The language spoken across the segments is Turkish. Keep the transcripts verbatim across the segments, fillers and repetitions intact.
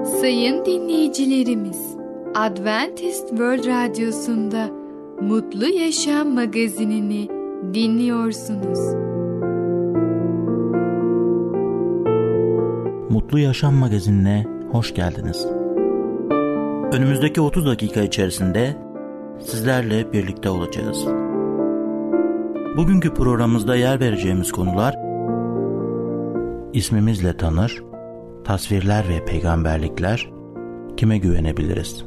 Sayın dinleyicilerimiz, Adventist World Radyosu'nda Mutlu Yaşam magazinini dinliyorsunuz. Mutlu Yaşam magazinine hoş geldiniz. Önümüzdeki otuz dakika içerisinde sizlerle birlikte olacağız. Bugünkü programımızda yer vereceğimiz konular: İsmimizle tanır, tasvirler ve peygamberlikler, kime güvenebiliriz?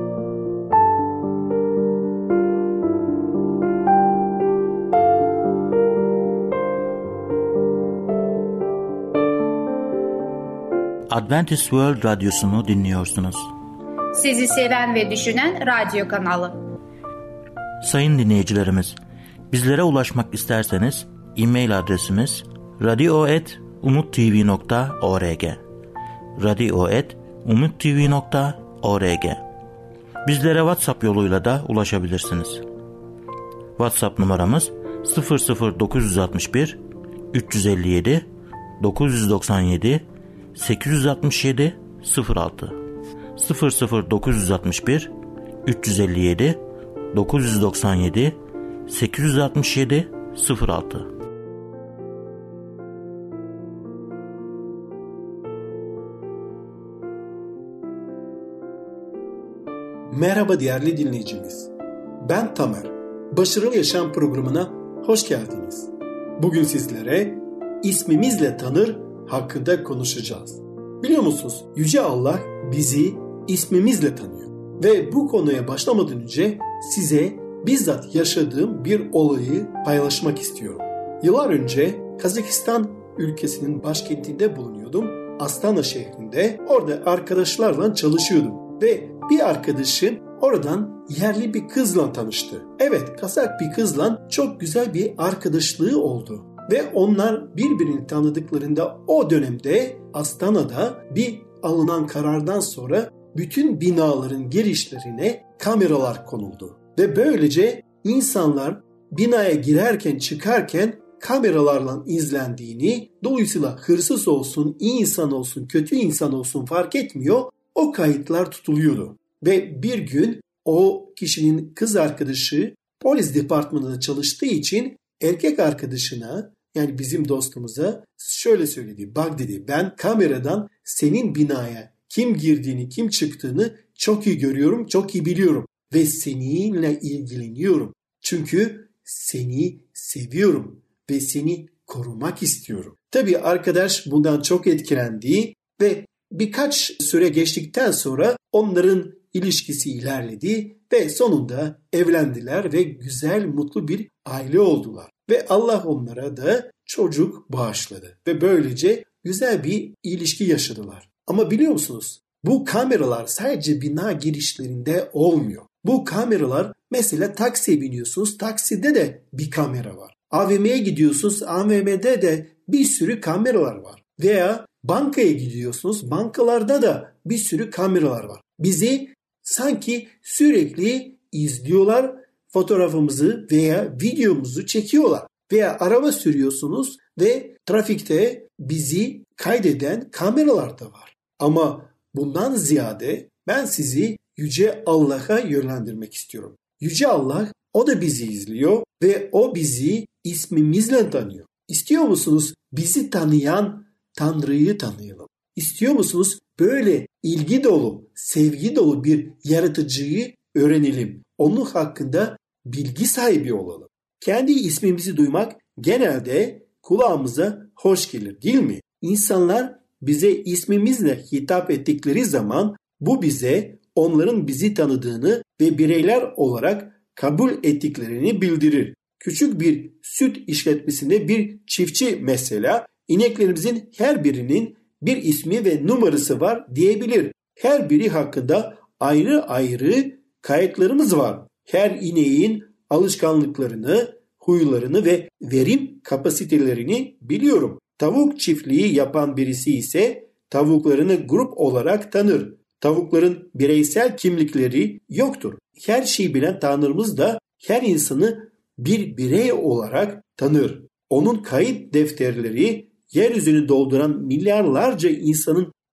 Adventist World Radyosu'nu dinliyorsunuz. Sizi seven ve düşünen radyo kanalı. Sayın dinleyicilerimiz, bizlere ulaşmak isterseniz e-mail adresimiz radio et umuttv nokta org radio et umuttv nokta org. Bizlere WhatsApp yoluyla da ulaşabilirsiniz. WhatsApp numaramız sıfır sıfır dokuz altı bir üç yüz elli yedi dokuz yüz doksan yedi sekiz yüz altmış yedi sıfır altı sıfır sıfır dokuz altı bir üç yüz elli yedi dokuz yüz doksan yedi sekiz yüz altmış yedi sıfır altı. Merhaba değerli dinleyicimiz. Ben Tamer. Başarılı Yaşam programına hoş geldiniz. Bugün sizlere ismimizle tanır hakkında konuşacağız. Biliyor musunuz? Yüce Allah bizi ismimizle tanıyor. Ve bu konuya başlamadan önce size bizzat yaşadığım bir olayı paylaşmak istiyorum. Yıllar önce Kazakistan ülkesinin başkentinde bulunuyordum. Astana şehrinde. Orada arkadaşlarla çalışıyordum. Ve bir arkadaşım oradan yerli bir kızla tanıştı. Evet, Kazak bir kızla çok güzel bir arkadaşlığı oldu. Ve onlar birbirini tanıdıklarında o dönemde Astana'da bir alınan karardan sonra bütün binaların girişlerine kameralar konuldu. Ve böylece insanlar binaya girerken çıkarken kameralarla izlendiğini, dolayısıyla hırsız olsun, iyi insan olsun, kötü insan olsun fark etmiyor, o kayıtlar tutuluyordu. Ve bir gün o kişinin kız arkadaşı polis departmanında çalıştığı için erkek arkadaşına, yani bizim dostumuza şöyle söyledi. Bak dedi, ben kameradan senin binaya kim girdiğini, kim çıktığını çok iyi görüyorum, çok iyi biliyorum. Ve seninle ilgileniyorum. Çünkü seni seviyorum ve seni korumak istiyorum. Tabii arkadaş bundan çok etkilendi ve birkaç süre geçtikten sonra onların ilişkisi ilerledi ve sonunda evlendiler ve güzel, mutlu bir aile oldular. Ve Allah onlara da çocuk bağışladı ve böylece güzel bir ilişki yaşadılar. Ama biliyor musunuz? Bu kameralar sadece bina girişlerinde olmuyor. Bu kameralar mesela taksiye biniyorsunuz, takside de bir kamera var. A V M'ye gidiyorsunuz, A V M'de de bir sürü kameralar var. Veya bankaya gidiyorsunuz, bankalarda da bir sürü kameralar var. Bizi sanki sürekli izliyorlar, fotoğrafımızı veya videomuzu çekiyorlar. Veya araba sürüyorsunuz ve trafikte bizi kaydeden kameralar da var. Ama bundan ziyade ben sizi Yüce Allah'a yönlendirmek istiyorum. Yüce Allah, o da bizi izliyor ve o bizi ismimizle tanıyor. İstiyor musunuz bizi tanıyan Tanrı'yı tanıyalım? İstiyor musunuz böyle ilgi dolu, sevgi dolu bir yaratıcıyı öğrenelim? Onun hakkında bilgi sahibi olalım. Kendi ismimizi duymak genelde kulağımıza hoş gelir, değil mi? İnsanlar bize ismimizle hitap ettikleri zaman bu bize onların bizi tanıdığını ve bireyler olarak kabul ettiklerini bildirir. Küçük bir süt işletmesinde bir çiftçi mesela ineklerimizin her birinin bir ismi ve numarası var diyebilir. Her biri hakkında ayrı ayrı kayıtlarımız var. Her ineğin alışkanlıklarını, huylarını ve verim kapasitelerini biliyorum. Tavuk çiftliği yapan birisi ise tavuklarını grup olarak tanır. Tavukların bireysel kimlikleri yoktur. Her şeyi bilen Tanrımız da her insanı bir birey olarak tanır. Onun kayıt defterleri yeryüzünü dolduran milyarlarca insanın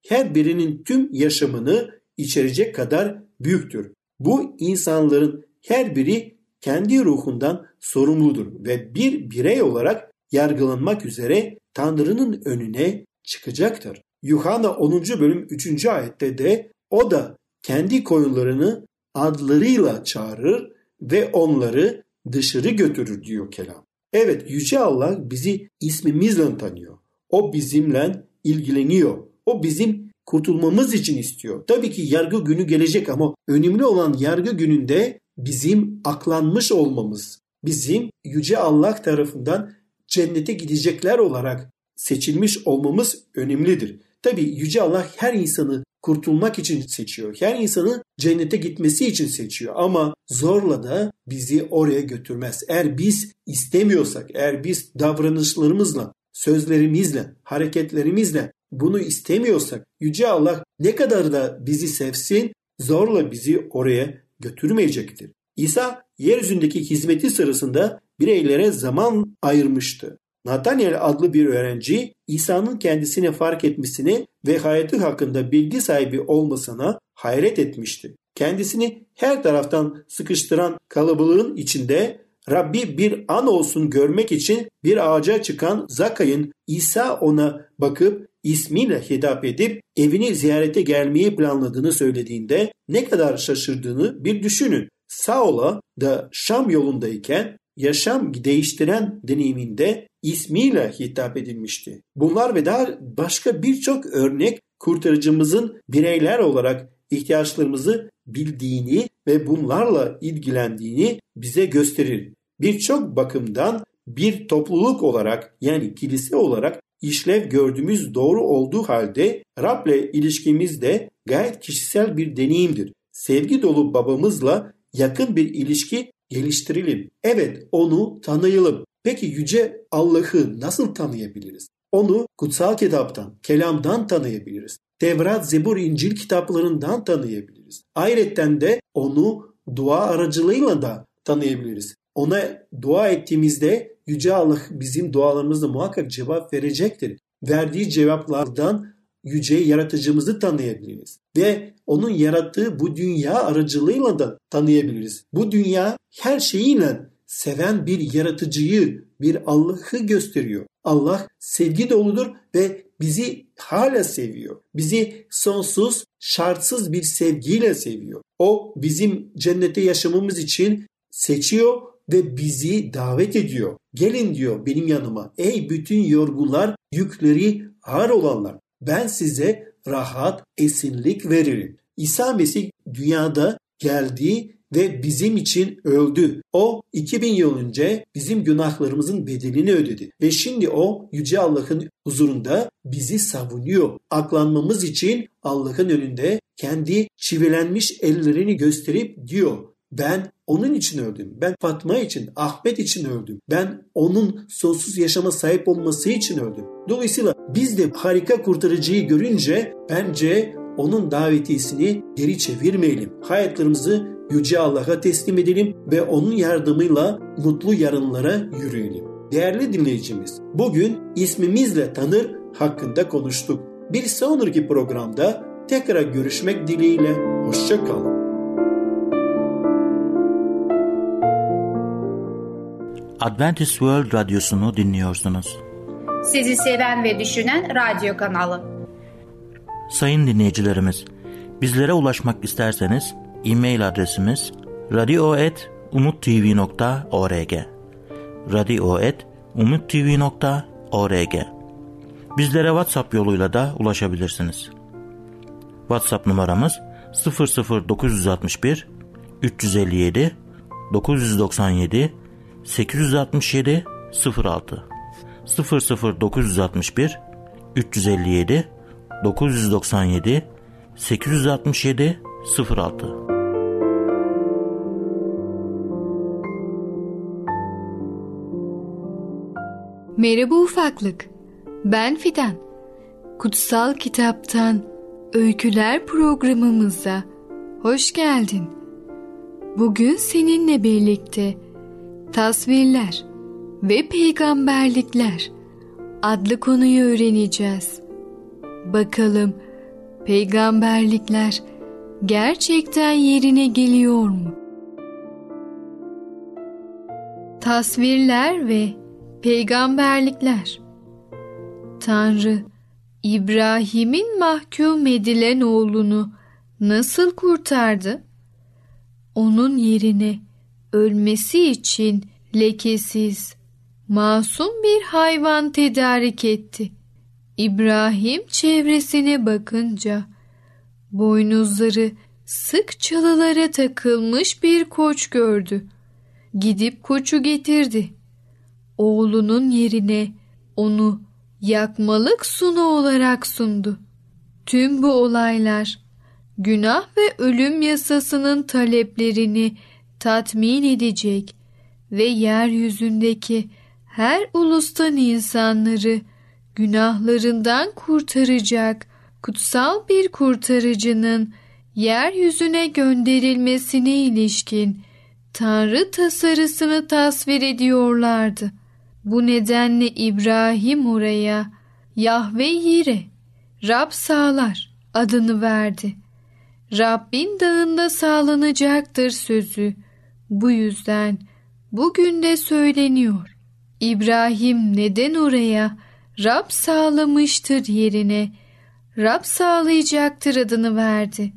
her birinin tüm yaşamını içerecek kadar büyüktür. Bu insanların her biri kendi ruhundan sorumludur ve bir birey olarak yargılanmak üzere Tanrı'nın önüne çıkacaktır. Yuhanna onuncu bölüm üçüncü ayette de o da kendi koyunlarını adlarıyla çağırır ve onları dışarı götürür diyor kelam. Evet, Yüce Allah bizi ismimizle tanıyor. O bizimle ilgileniyor. O bizim kurtulmamız için istiyor. Tabii ki yargı günü gelecek ama önemli olan yargı gününde bizim aklanmış olmamız, bizim Yüce Allah tarafından cennete gidecekler olarak seçilmiş olmamız önemlidir. Tabii Yüce Allah her insanı kurtulmak için seçiyor. Her insanı cennete gitmesi için seçiyor. Ama zorla da bizi oraya götürmez. Eğer biz istemiyorsak, eğer biz davranışlarımızla, sözlerimizle, hareketlerimizle bunu istemiyorsak, Yüce Allah ne kadar da bizi sevsin, zorla bizi oraya götürmeyecektir. İsa yeryüzündeki hizmeti sırasında bireylere zaman ayırmıştı. Nathanael adlı bir öğrenci İsa'nın kendisini fark etmesine ve hayatı hakkında bilgi sahibi olmasına hayret etmişti. Kendisini her taraftan sıkıştıran kalabalığın içinde Rabbi bir an olsun görmek için bir ağaca çıkan Zakay'ın İsa ona bakıp ismiyle hitap edip evini ziyarete gelmeyi planladığını söylediğinde ne kadar şaşırdığını bir düşünün. Saul'a da Şam yolundayken yaşam değiştiren deneyiminde ismiyle hitap edilmişti. Bunlar ve daha başka birçok örnek kurtarıcımızın bireyler olarak ihtiyaçlarımızı bildiğini ve bunlarla ilgilendiğini bize gösterir. Birçok bakımdan bir topluluk olarak, yani kilise olarak işlev gördüğümüz doğru olduğu halde Rab'le ilişkimiz de gayet kişisel bir deneyimdir. Sevgi dolu babamızla yakın bir ilişki geliştirelim. Evet, onu tanıyalım. Peki Yüce Allah'ı nasıl tanıyabiliriz? Onu kutsal kitaptan, kelamdan tanıyabiliriz. Tevrat, Zebur, İncil kitaplarından tanıyabiliriz. Ayrıca de onu dua aracılığıyla da tanıyabiliriz. Ona dua ettiğimizde Yüce Allah bizim dualarımızda muhakkak cevap verecektir. Verdiği cevaplardan Yüce Yaratıcımızı tanıyabiliriz. Ve onun yarattığı bu dünya aracılığıyla da tanıyabiliriz. Bu dünya her şeyiyle seven bir yaratıcıyı, bir Allah'ı gösteriyor. Allah sevgi doludur ve bizi hala seviyor. Bizi sonsuz, şartsız bir sevgiyle seviyor. O bizim cennette yaşamamız için seçiyor ve bizi davet ediyor. Gelin diyor benim yanıma. Ey bütün yorgunlar, yükleri ağır olanlar. Ben size rahat, esinlik veririm. İsa Mesih dünyada geldi ve bizim için öldü. O iki bin yıl önce bizim günahlarımızın bedelini ödedi. Ve şimdi o Yüce Allah'ın huzurunda bizi savunuyor. Aklanmamız için Allah'ın önünde kendi çivilenmiş ellerini gösterip diyor: ben onun için öldüm. Ben Fatma için, Ahmet için öldüm. Ben onun sonsuz yaşama sahip olması için öldüm. Dolayısıyla biz de harika kurtarıcıyı görünce bence onun davetiyesini geri çevirmeyelim. Hayatlarımızı Yüce Allah'a teslim edelim ve onun yardımıyla mutlu yarınlara yürüyelim. Değerli dinleyicimiz, bugün ismimizle tanır hakkında konuştuk. Bir sonraki programda tekrar görüşmek dileğiyle. Hoşça kalın. Adventist World Radyosu'nu dinliyorsunuz. Sizi seven ve düşünen radyo kanalı. Sayın dinleyicilerimiz, bizlere ulaşmak isterseniz e-mail adresimiz radio at umuttv nokta org radio at umuttv nokta org. Bizlere WhatsApp yoluyla da ulaşabilirsiniz. WhatsApp numaramız sıfır sıfır dokuz altı bir üç yüz elli yedi dokuz yüz doksan yedi sekiz yüz altmış yedi sıfır altı sıfır sıfır dokuz altı bir üç yüz elli yedi dokuz yüz doksan yedi sekiz yüz altmış yedi sıfır altı. Merhaba ufaklık. Ben Fidan. Kutsal Kitaptan Öyküler programımıza hoş geldin. Bugün seninle birlikte Tasvirler ve Peygamberlikler adlı konuyu öğreneceğiz. Bakalım peygamberlikler gerçekten yerine geliyor mu? Tasvirler ve peygamberlikler. Tanrı, İbrahim'in mahkum edilen oğlunu nasıl kurtardı? Onun yerine ölmesi için lekesiz, masum bir hayvan tedarik etti. İbrahim çevresine bakınca boynuzları sık çalılara takılmış bir koç gördü. Gidip koçu getirdi. Oğlunun yerine onu yakmalık sunu olarak sundu. Tüm bu olaylar günah ve ölüm yasasının taleplerini tatmin edecek ve yeryüzündeki her ulustan insanları günahlarından kurtaracak kutsal bir kurtarıcının yeryüzüne gönderilmesine ilişkin Tanrı tasarısını tasvir ediyorlardı. Bu nedenle İbrahim oraya Yahve Yire, Rab sağlar adını verdi. Rabbin dağında sağlanacaktır sözü. Bu yüzden bugün de söyleniyor. İbrahim neden oraya Rab sağlamıştır yerine Rab sağlayacaktır adını verdi?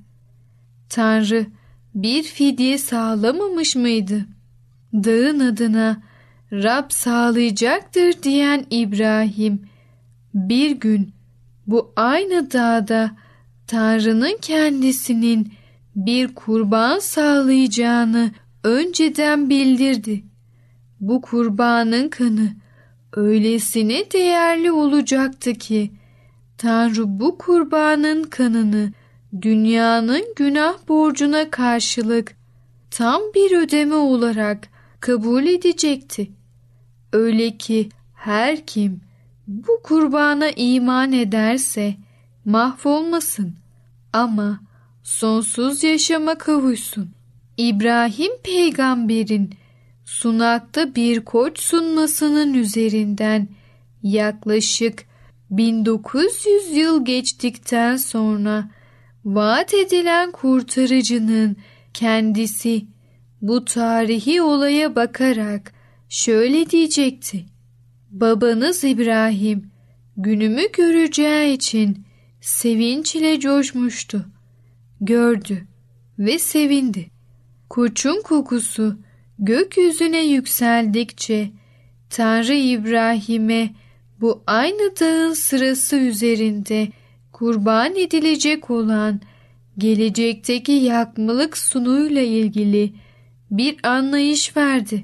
Tanrı bir fidye sağlamamış mıydı? Dağın adına Rab sağlayacaktır diyen İbrahim bir gün bu aynı dağda Tanrı'nın kendisinin bir kurban sağlayacağını önceden bildirdi. Bu kurbanın kanı öylesine değerli olacaktı ki Tanrı bu kurbanın kanını dünyanın günah borcuna karşılık tam bir ödeme olarak kabul edecekti. Öyle ki her kim bu kurbana iman ederse mahvolmasın ama sonsuz yaşama kavuşsun. İbrahim peygamberin sunakta bir koç sunmasının üzerinden yaklaşık bin dokuz yüz yıl geçtikten sonra vaat edilen kurtarıcının kendisi bu tarihi olaya bakarak şöyle diyecekti: babanız İbrahim günümü göreceği için sevinç ile coşmuştu. Gördü ve sevindi. Koçun kokusu gökyüzüne yükseldikçe Tanrı İbrahim'e bu aynı dağın sırası üzerinde kurban edilecek olan gelecekteki yakmalık sunuyla ilgili bir anlayış verdi.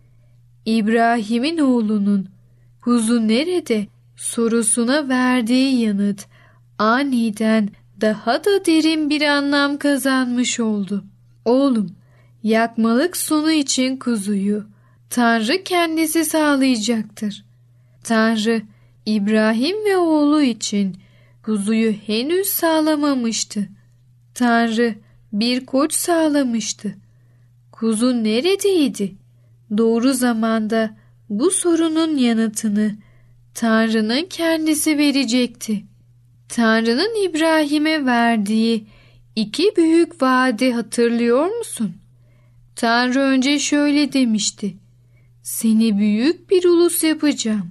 İbrahim'in oğlunun kuzu nerede sorusuna verdiği yanıt aniden daha da derin bir anlam kazanmış oldu. Oğlum, yakmalık sunu için kuzuyu Tanrı kendisi sağlayacaktır. Tanrı İbrahim ve oğlu için kuzuyu henüz sağlamamıştı. Tanrı bir koç sağlamıştı. Kuzu neredeydi? Doğru zamanda bu sorunun yanıtını Tanrı'nın kendisi verecekti. Tanrı'nın İbrahim'e verdiği iki büyük vaadi hatırlıyor musun? Tanrı önce şöyle demişti: seni büyük bir ulus yapacağım.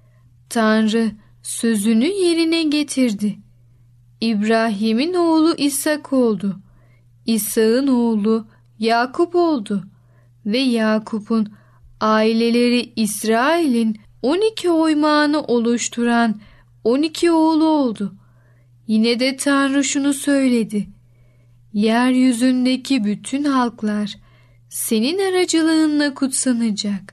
Tanrı sözünü yerine getirdi. İbrahim'in oğlu İshak oldu. İshak'ın oğlu Yakup oldu. Ve Yakup'un aileleri İsrail'in on iki oymağını oluşturan on iki oğlu oldu. Yine de Tanrı şunu söyledi: yeryüzündeki bütün halklar senin aracılığınla kutsanacak.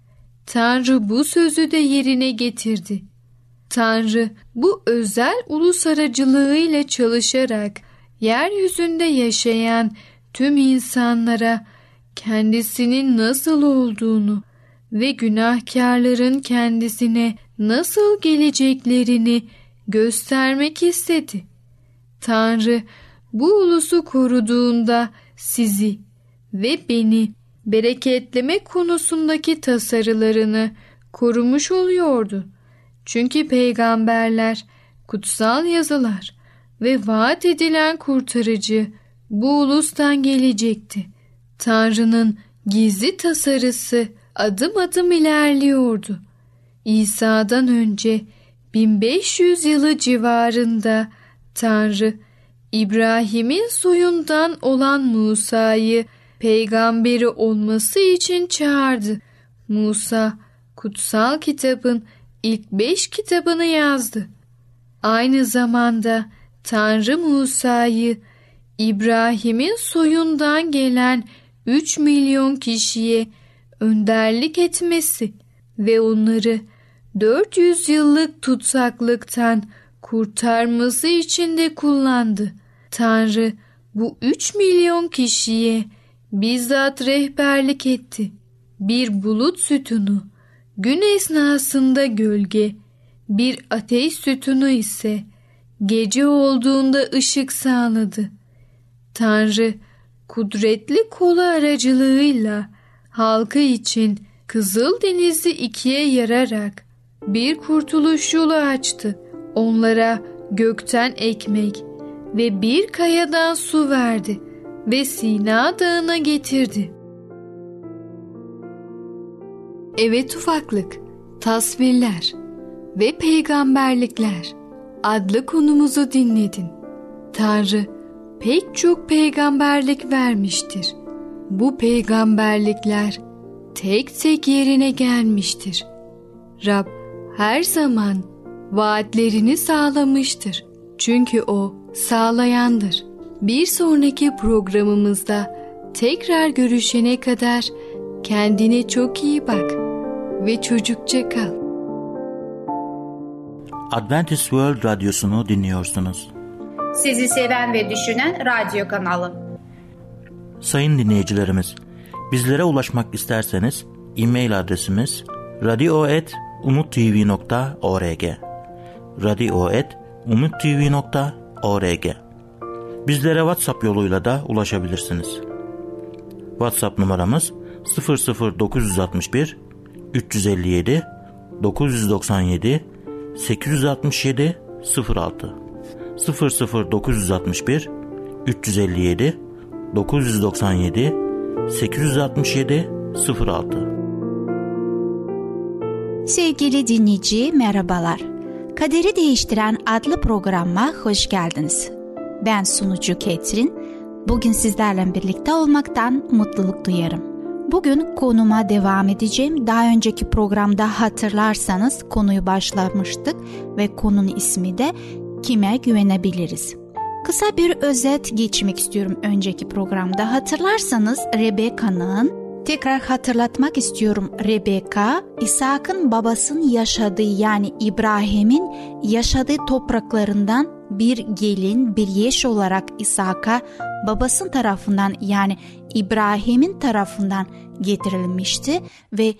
Tanrı bu sözü de yerine getirdi. Tanrı bu özel ulus aracılığıyla çalışarak yeryüzünde yaşayan tüm insanlara kendisinin nasıl olduğunu ve günahkarların kendisine nasıl geleceklerini göstermek istedi. Tanrı bu ulusu koruduğunda sizi ve beni bereketleme konusundaki tasarılarını korumuş oluyordu. Çünkü peygamberler, kutsal yazılar ve vaat edilen kurtarıcı bu ulustan gelecekti. Tanrı'nın gizli tasarısı adım adım ilerliyordu. İsa'dan önce bin beş yüz yılı civarında Tanrı, İbrahim'in soyundan olan Musa'yı peygamberi olması için çağırdı. Musa, kutsal kitabın ilk beş kitabını yazdı. Aynı zamanda Tanrı Musa'yı İbrahim'in soyundan gelen üç milyon kişiye önderlik etmesi ve onları dört yüz yıllık tutsaklıktan kurtarması için de kullandı. Tanrı bu üç milyon kişiye bizzat rehberlik etti. Bir bulut sütunu, gün esnasında gölge, bir ateş sütunu ise gece olduğunda ışık sağladı. Tanrı kudretli kolu aracılığıyla halkı için Kızıldeniz'i ikiye yararak bir kurtuluş yolu açtı. Onlara gökten ekmek ve bir kayadan su verdi ve Sina Dağı'na getirdi. Evet ufaklık, tasvirler ve peygamberlikler adlı konumuzu dinledin. Tanrı pek çok peygamberlik vermiştir. Bu peygamberlikler tek tek yerine gelmiştir. Rab her zaman vaatlerini sağlamıştır. Çünkü O sağlayandır. Bir sonraki programımızda tekrar görüşene kadar kendine çok iyi bak ve çocukça kal. Adventist World Radyosu'nu dinliyorsunuz. Sizi seven ve düşünen radyo kanalı. Sayın dinleyicilerimiz, bizlere ulaşmak isterseniz e-mail adresimiz radio et umuttv nokta org radio et umuttv nokta org. Bizlere WhatsApp yoluyla da ulaşabilirsiniz. WhatsApp numaramız sıfır sıfır dokuz altı bir üç elli yedi dokuz doksan yedi sekiz altı yedi sıfır altı sıfır sıfır dokuz altı bir üç elli yedi dokuz doksan yedi sekiz altı yedi sıfır altı. Sevgili dinleyici, merhabalar. Kaderi Değiştiren adlı programa hoş geldiniz. Ben sunucu Ketrin. Bugün sizlerle birlikte olmaktan mutluluk duyarım. Bugün konuma devam edeceğim. Daha önceki programda hatırlarsanız konuyu başlamıştık ve konunun ismi de kime güvenebiliriz? Kısa bir özet geçmek istiyorum önceki programda. Hatırlarsanız Rebekka'nın, tekrar hatırlatmak istiyorum, Rebekka, İshak'ın babasının yaşadığı yani İbrahim'in yaşadığı topraklarından bir gelin, bir eş olarak İshak'a babasının tarafından yani İbrahim'in tarafından getirilmişti ve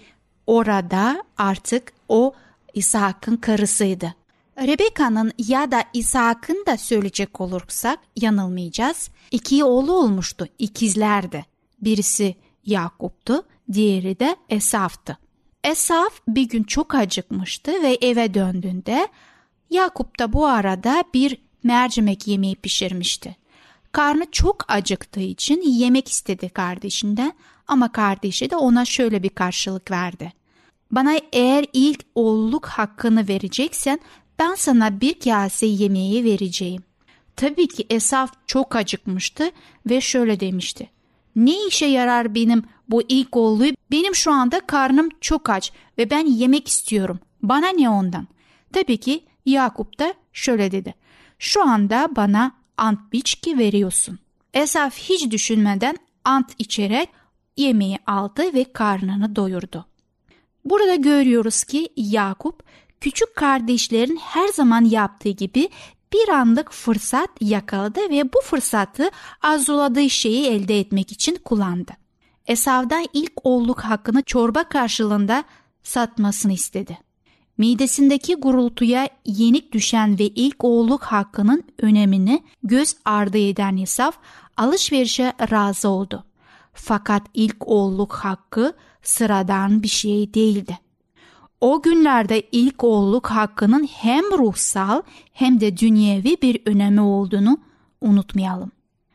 orada artık o İshak'ın karısıydı. Rebekka'nın ya da İshak'ın da söyleyecek olursak yanılmayacağız. İki oğlu olmuştu, ikizlerdi. Birisi Yakup'tu, diğeri de Esav'tı. Esav bir gün çok acıkmıştı ve eve döndüğünde Yakup da bu arada bir mercimek yemeği pişirmişti. Karnı çok acıktığı için yemek istedi kardeşinden ama kardeşi de ona şöyle bir karşılık verdi. Bana eğer ilk oğulluk hakkını vereceksen ben sana bir kase yemeği vereceğim. Tabii ki Esav çok acıkmıştı ve şöyle demişti. Ne işe yarar benim bu ilk oğlu? Benim şu anda karnım çok aç ve ben yemek istiyorum. Bana ne ondan? Tabii ki Yakup da şöyle dedi. Şu anda bana ant biç ki veriyorsun. Esav hiç düşünmeden ant içerek yemeği aldı ve karnını doyurdu. Burada görüyoruz ki Yakup küçük kardeşlerin her zaman yaptığı gibi bir anlık fırsat yakaladı ve bu fırsatı arzuladığı şeyi elde etmek için kullandı. Esav'dan ilk oğulluk hakkını çorba karşılığında satmasını istedi. Midesindeki gurultuya yenik düşen ve ilk oğulluk hakkının önemini göz ardı eden Esav alışverişe razı oldu. Fakat ilk oğulluk hakkı sıradan bir şey değildi. O günlerde ilk oğulluk hakkının hem ruhsal hem de dünyevi bir önemi olduğunu unutmayalım.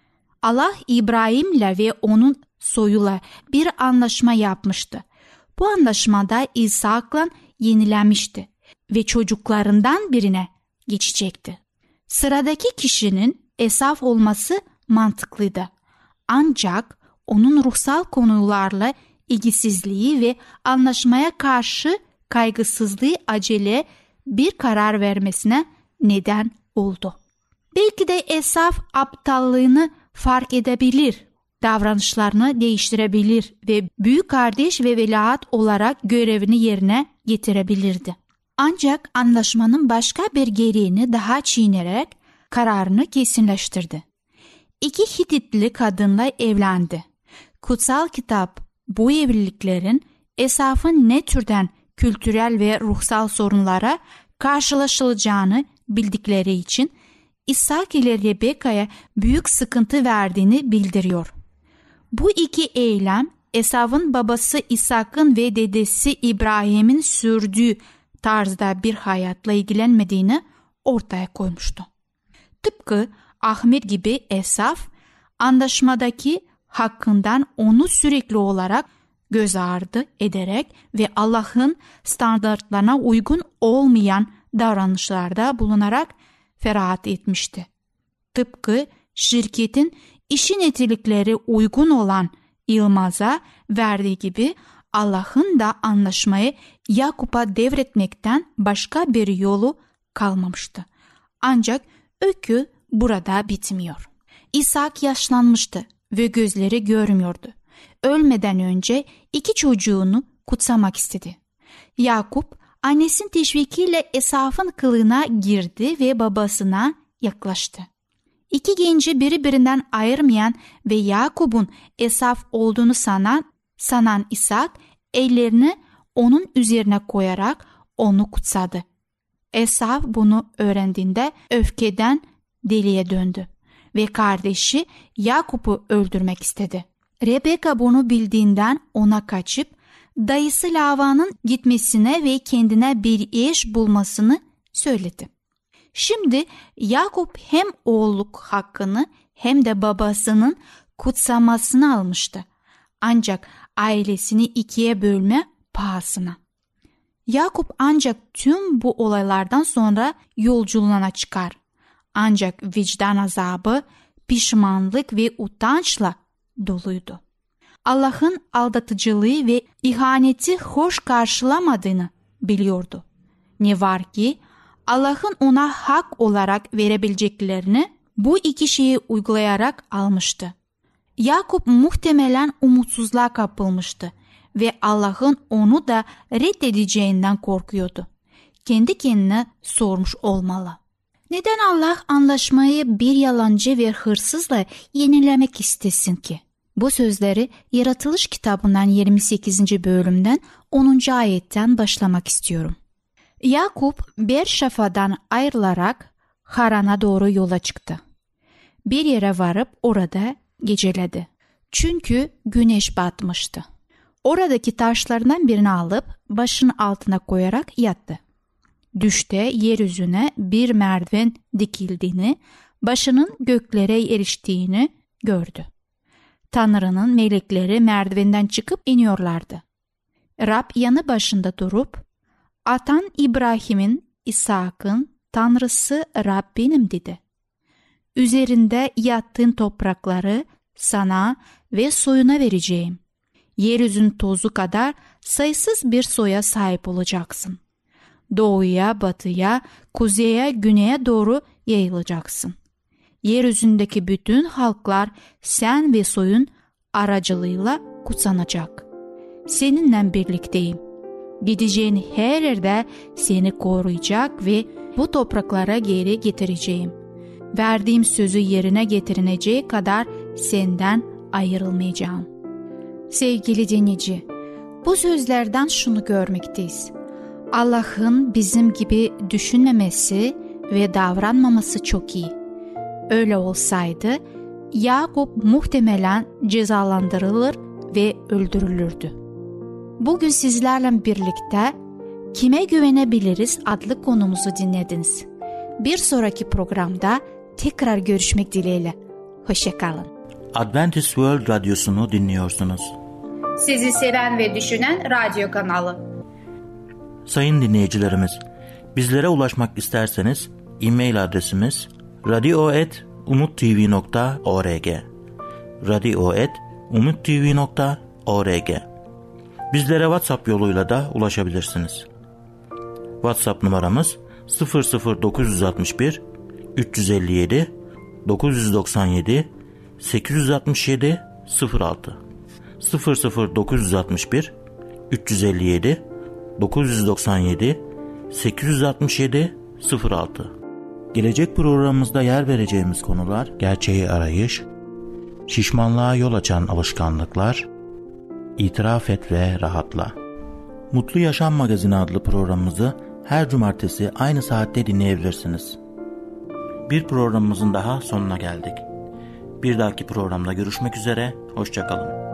Allah İbrahim'le ve onun soyuyla bir anlaşma yapmıştı. Bu anlaşmada İshak'la yenilenmişti ve çocuklarından birine geçecekti. Sıradaki kişinin Esaf olması mantıklıydı. Ancak onun ruhsal konularla ilgisizliği ve anlaşmaya karşı kaygısızlığı acele bir karar vermesine neden oldu. Belki de Esaf aptallığını fark edebilir, davranışlarını değiştirebilir ve büyük kardeş ve veliaht olarak görevini yerine getirebilirdi. Ancak anlaşmanın başka bir gereğini daha çiğnerek kararını kesinleştirdi. İki Hititli kadınla evlendi. Kutsal kitap bu evliliklerin Esaf'ın ne türden kültürel ve ruhsal sorunlara karşılaşılacağını bildikleri için İshak ile Rebeka'ya büyük sıkıntı verdiğini bildiriyor. Bu iki eylem Esav'ın babası İshak'ın ve dedesi İbrahim'in sürdüğü tarzda bir hayatla ilgilenmediğini ortaya koymuştu. Tıpkı Ahmet gibi Esaf, anlaşmadaki hakkından onu sürekli olarak göz ardı ederek ve Allah'ın standartlarına uygun olmayan davranışlarda bulunarak ferahat etmişti. Tıpkı şirketin işin nitelikleri uygun olan Yılmaz'a verdiği gibi Allah'ın da anlaşmayı Yakup'a devretmekten başka bir yolu kalmamıştı. Ancak öykü burada bitmiyor. İshak yaşlanmıştı ve gözleri görmüyordu. Ölmeden önce iki çocuğunu kutsamak istedi. Yakup annesinin teşvikiyle Esaf'ın kılığına girdi ve babasına yaklaştı. İki genci birbirinden ayırmayan ve Yakup'un Esaf olduğunu sanan, sanan İshak ellerini onun üzerine koyarak onu kutsadı. Esaf bunu öğrendiğinde öfkeden deliye döndü ve kardeşi Yakup'u öldürmek istedi. Rebeka bunu bildiğinden ona kaçıp dayısı Lavan'ın gitmesine ve kendine bir eş bulmasını söyledi. Şimdi Yakup hem oğulluk hakkını hem de babasının kutsamasını almıştı. Ancak ailesini ikiye bölme pahasına. Yakup ancak tüm bu olaylardan sonra yolculuğuna çıkar. Ancak vicdan azabı, pişmanlık ve utançla doluydu. Allah'ın aldatıcılığı ve ihaneti hoş karşılamadığını biliyordu. Ne var ki Allah'ın ona hak olarak verebileceklerini bu iki şeyi uygulayarak almıştı. Yakup muhtemelen umutsuzluğa kapılmıştı ve Allah'ın onu da reddedeceğinden korkuyordu. Kendi kendine sormuş olmalı. Neden Allah anlaşmayı bir yalancı ve hırsızla yenilemek istesin ki? Bu sözleri Yaratılış kitabından yirmi sekizinci bölümden onuncu ayetten başlamak istiyorum. Yakup Berşafa'dan ayrılarak Haran'a doğru yola çıktı. Bir yere varıp orada geceledi. Çünkü güneş batmıştı. Oradaki taşlardan birini alıp başının altına koyarak yattı. Düşte yeryüzüne bir merdiven dikildiğini, başının göklere eriştiğini gördü. Tanrı'nın melekleri merdivenden çıkıp iniyorlardı. Rab yanı başında durup, "Atan İbrahim'in, İshak'ın Tanrısı Rab benim" dedi. "Üzerinde yattığın toprakları sana ve soyuna vereceğim. Yeryüzünün tozu kadar sayısız bir soya sahip olacaksın. Doğuya, batıya, kuzeye, güneye doğru yayılacaksın. Yeryüzündeki bütün halklar sen ve soyun aracılığıyla kutsanacak. Seninle birlikteyim. Gideceğin her yerde seni koruyacak ve bu topraklara geri getireceğim. Verdiğim sözü yerine getirineceği kadar senden ayrılmayacağım." Sevgili dinleyici, bu sözlerden şunu görmekteyiz. Allah'ın bizim gibi düşünmemesi ve davranmaması çok iyi. Öyle olsaydı Yakup muhtemelen cezalandırılır ve öldürülürdü. Bugün sizlerle birlikte Kime güvenebiliriz adlı konumuzu dinlediniz. Bir sonraki programda tekrar görüşmek dileğiyle. Hoşça kalın. Adventist World Radyosu'nu dinliyorsunuz. Sizi seven ve düşünen radyo kanalı. Sayın dinleyicilerimiz, bizlere ulaşmak isterseniz e-mail adresimiz radio et umuttv nokta org radio et umuttv nokta org. Bizlere WhatsApp yoluyla da ulaşabilirsiniz. WhatsApp numaramız sıfır sıfır dokuz altı bir üç elli yedi dokuz doksan yedi sekiz altı yedi sıfır altı sıfır sıfır dokuz altı bir üç elli yedi dokuz doksan yedi sekiz altı yedi sıfır altı. Gelecek programımızda yer vereceğimiz konular: gerçeği arayış, şişmanlığa yol açan alışkanlıklar, itiraf et ve rahatla. Mutlu Yaşam Magazini adlı programımızı her cumartesi aynı saatte dinleyebilirsiniz. Bir programımızın daha sonuna geldik. Bir dahaki programda görüşmek üzere, hoşça kalın.